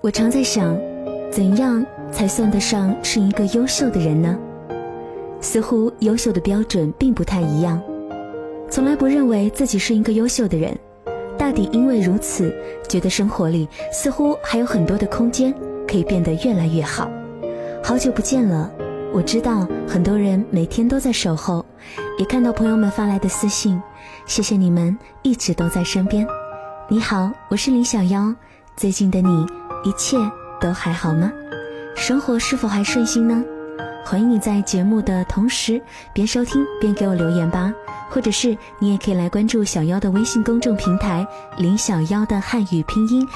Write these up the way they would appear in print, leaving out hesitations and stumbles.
我常在想，怎样才算得上是一个优秀的人呢？似乎优秀的标准并不太一样，从来不认为自己是一个优秀的人，大抵因为如此，觉得生活里似乎还有很多的空间可以变得越来越好。好久不见了，我知道很多人每天都在守候，也看到朋友们发来的私信，谢谢你们一直都在身边。你好，我是李小妖，最近的你一切都还好吗？生活是否还顺心呢？欢迎你在节目的同时边收听边给我留言吧，或者是你也可以来关注小妖的微信公众平台林小妖的汉语拼音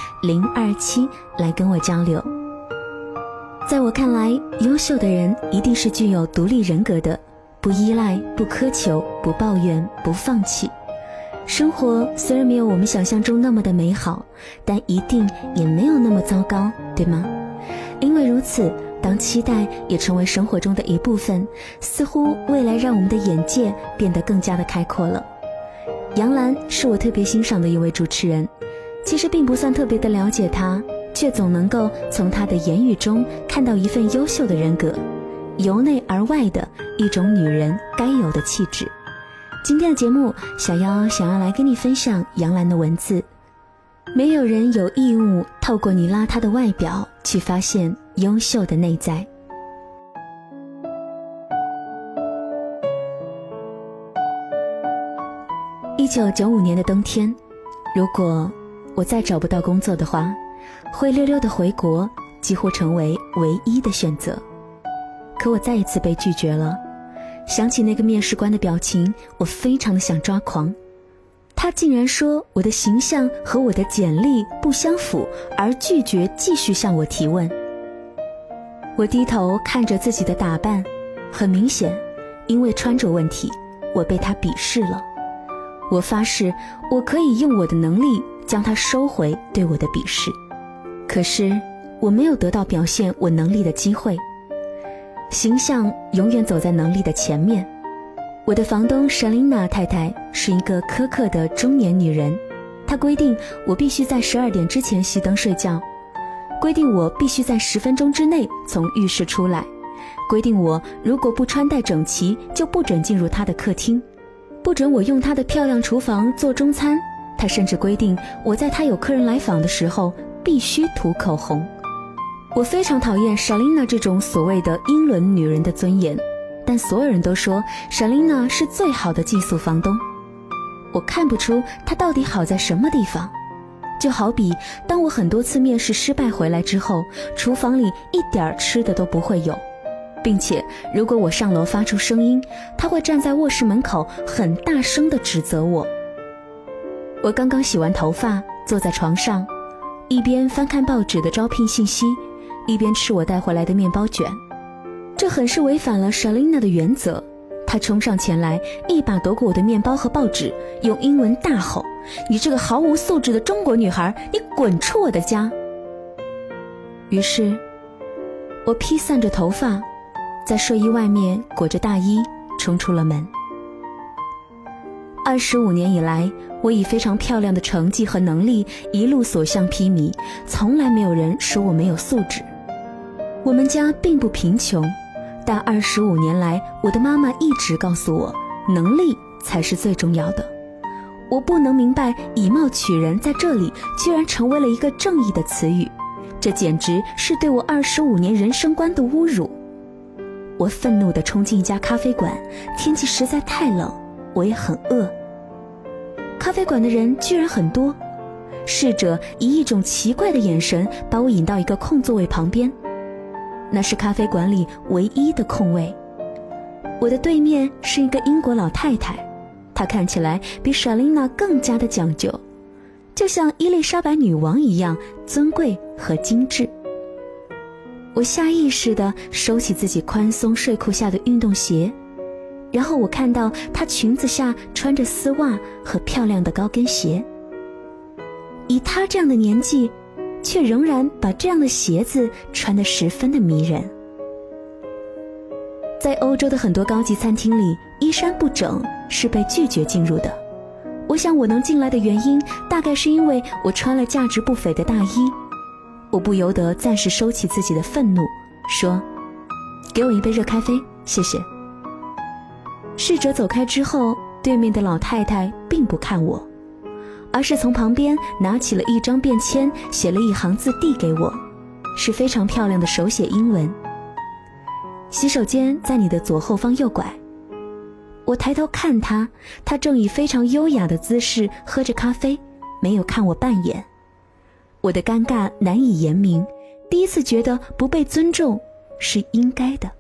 027来跟我交流。在我看来，优秀的人一定是具有独立人格的，不依赖，不苛求，不抱怨，不放弃。生活虽然没有我们想象中那么的美好，但一定也没有那么糟糕，对吗？因为如此，当期待也成为生活中的一部分，似乎未来让我们的眼界变得更加的开阔了。杨澜是我特别欣赏的一位主持人，其实并不算特别的了解她，却总能够从她的言语中看到一份优秀的人格，由内而外的一种女人该有的气质。今天的节目，小妖想要来跟你分享杨澜的文字。没有人有义务透过你邋遢的外表去发现优秀的内在。1995年的冬天，如果我再找不到工作的话，会溜溜的回国，几乎成为唯一的选择。可我再一次被拒绝了。想起那个面试官的表情，我非常的想抓狂。他竟然说我的形象和我的简历不相符，而拒绝继续向我提问。我低头看着自己的打扮，很明显，因为穿着问题，我被他鄙视了。我发誓，我可以用我的能力将他收回对我的鄙视。可是，我没有得到表现我能力的机会。形象永远走在能力的前面。我的房东 Shalina 太太是一个苛刻的中年女人，她规定我必须在12点之前熄灯睡觉，规定我必须在10分钟之内从浴室出来，规定我如果不穿戴整齐就不准进入她的客厅，不准我用她的漂亮厨房做中餐。她甚至规定我在她有客人来访的时候必须涂口红。我非常讨厌 Shalina 这种所谓的英伦女人的尊严，但所有人都说 Shalina 是最好的寄宿房东。我看不出她到底好在什么地方。就好比当我很多次面试失败回来之后，厨房里一点吃的都不会有，并且如果我上楼发出声音，她会站在卧室门口很大声地指责我。我刚刚洗完头发，坐在床上，一边翻看报纸的招聘信息，一边吃我带回来的面包卷。这很是违反了 Shalina 的原则。她冲上前来，一把夺过我的面包和报纸，用英文大吼：你这个毫无素质的中国女孩，你滚出我的家！于是我披散着头发，在睡衣外面裹着大衣冲出了门。25年以来，我以非常漂亮的成绩和能力一路所向披靡，从来没有人说我没有素质。我们家并不贫穷，但25年来，我的妈妈一直告诉我，能力才是最重要的。我不能明白以貌取人在这里居然成为了一个正义的词语，这简直是对我25年人生观的侮辱。我愤怒地冲进一家咖啡馆，天气实在太冷，我也很饿。咖啡馆的人居然很多，侍者以一种奇怪的眼神把我引到一个空座位旁边，那是咖啡馆里唯一的空位。我的对面是一个英国老太太，她看起来比 Shalina 更加的讲究，就像伊丽莎白女王一样尊贵和精致。我下意识地收起自己宽松睡裤下的运动鞋，然后我看到她裙子下穿着丝袜和漂亮的高跟鞋。以她这样的年纪，却仍然把这样的鞋子穿得十分的迷人。在欧洲的很多高级餐厅里，衣衫不整是被拒绝进入的。我想我能进来的原因，大概是因为我穿了价值不菲的大衣。 我不由得暂时收起自己的愤怒，说：给我一杯热咖啡，谢谢。侍者走开之后，对面的老太太并不看我，而是从旁边拿起了一张便签，写了一行字递给我，是非常漂亮的手写英文：洗手间在你的左后方右拐。我抬头看她，她正以非常优雅的姿势喝着咖啡，没有看我半眼。我的尴尬难以言明，第一次觉得不被尊重是应该的。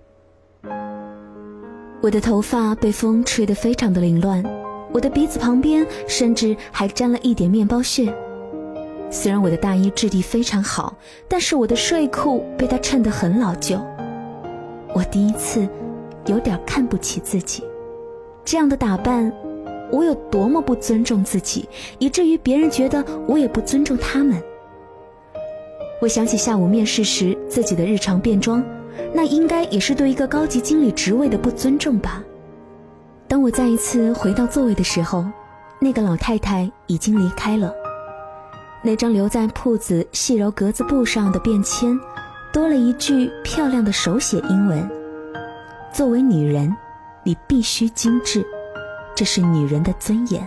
我的头发被风吹得非常的凌乱，我的鼻子旁边甚至还沾了一点面包屑。虽然我的大衣质地非常好，但是我的睡裤被它衬得很老旧。我第一次有点看不起自己，这样的打扮，我有多么不尊重自己，以至于别人觉得我也不尊重他们。我想起下午面试时自己的日常便装，那应该也是对一个高级经理职位的不尊重吧。当我再一次回到座位的时候，那个老太太已经离开了。那张留在铺子细柔格子布上的便签，多了一句漂亮的手写英文：作为女人，你必须精致，这是女人的尊严。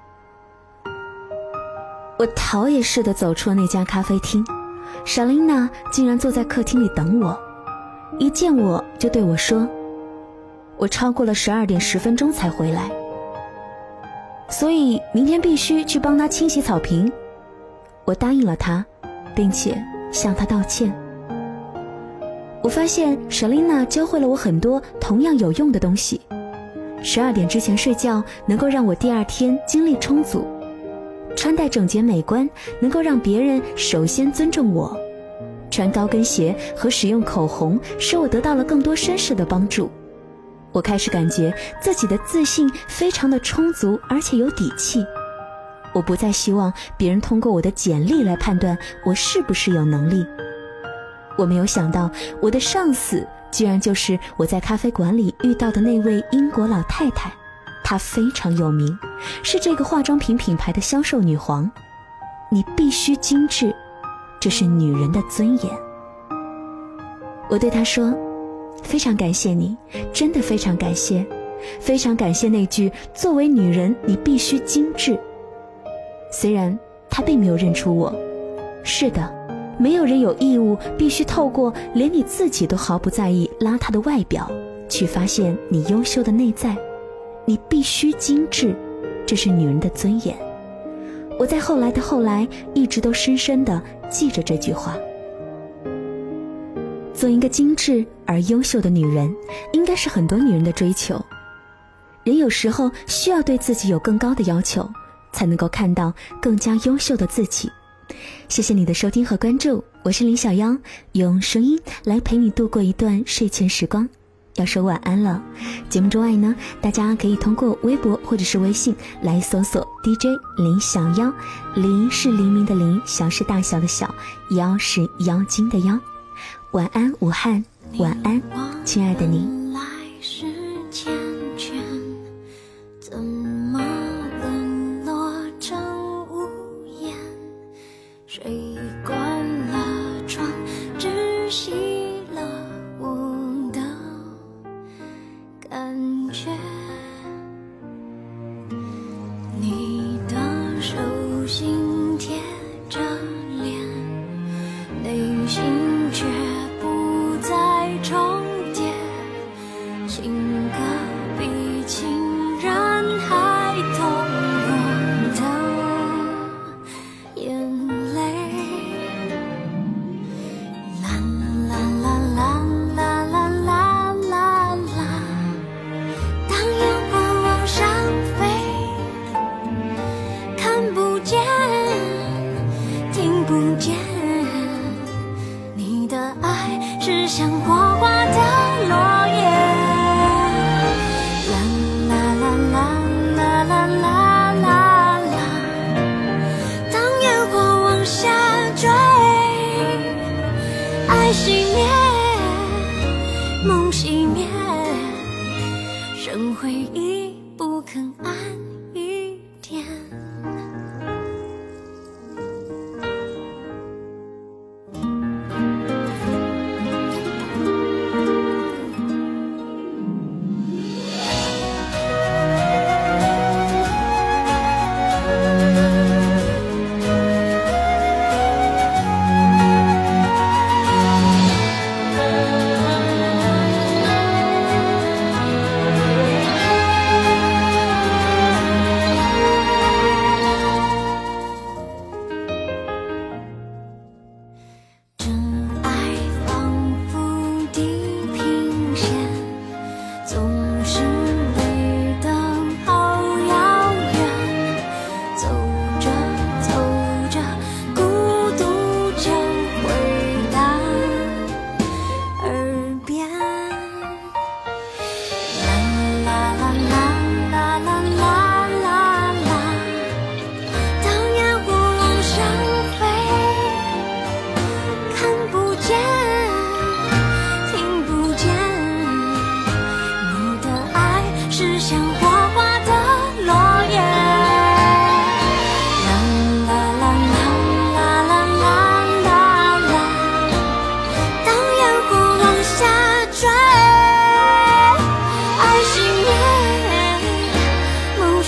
我逃也似的走出了那家咖啡厅，莎琳娜竟然坐在客厅里等我，一见我就对我说：我超过了12点10分钟才回来，所以明天必须去帮她清洗草坪。我答应了她，并且向她道歉。我发现莎琳娜教会了我很多同样有用的东西。12点之前睡觉能够让我第二天精力充足，穿戴整洁美观能够让别人首先尊重我，穿高跟鞋和使用口红使我得到了更多绅士的帮助。我开始感觉自己的自信非常的充足，而且有底气。我不再希望别人通过我的简历来判断我是不是有能力。我没有想到我的上司居然就是我在咖啡馆里遇到的那位英国老太太，她非常有名，是这个化妆品品牌的销售女皇。你必须精致，这是女人的尊严。我对她说：非常感谢你，真的非常感谢，非常感谢那句作为女人你必须精致。虽然她并没有认出我，是的，没有人有义务必须透过连你自己都毫不在意邋遢的外表去发现你优秀的内在。你必须精致，这是女人的尊严。我在后来的后来一直都深深地记着这句话。做一个精致而优秀的女人，应该是很多女人的追求。人有时候需要对自己有更高的要求，才能够看到更加优秀的自己。谢谢你的收听和关注，我是林小妖，用声音来陪你度过一段睡前时光。要说晚安了，节目之外呢，大家可以通过微博或者是微信来搜索 DJ 林小妖，林是黎明的林，小是大小的小，妖是妖精的妖。晚安武汉，晚安亲爱的你。 来时缱绻，怎么沦落成无言？谁关了窗，窒息了我的感觉。你的手心贴着脸，内心却不再重叠，情歌比情人还痛我的眼泪。啦啦啦啦啦啦啦啦啦，当烟火往上飞，看不见，听不见，你的爱是像火花的落叶。啦啦啦啦啦啦啦啦啦，当烟火往下坠，爱熄灭，梦熄灭，剩回忆不肯安一点。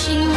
心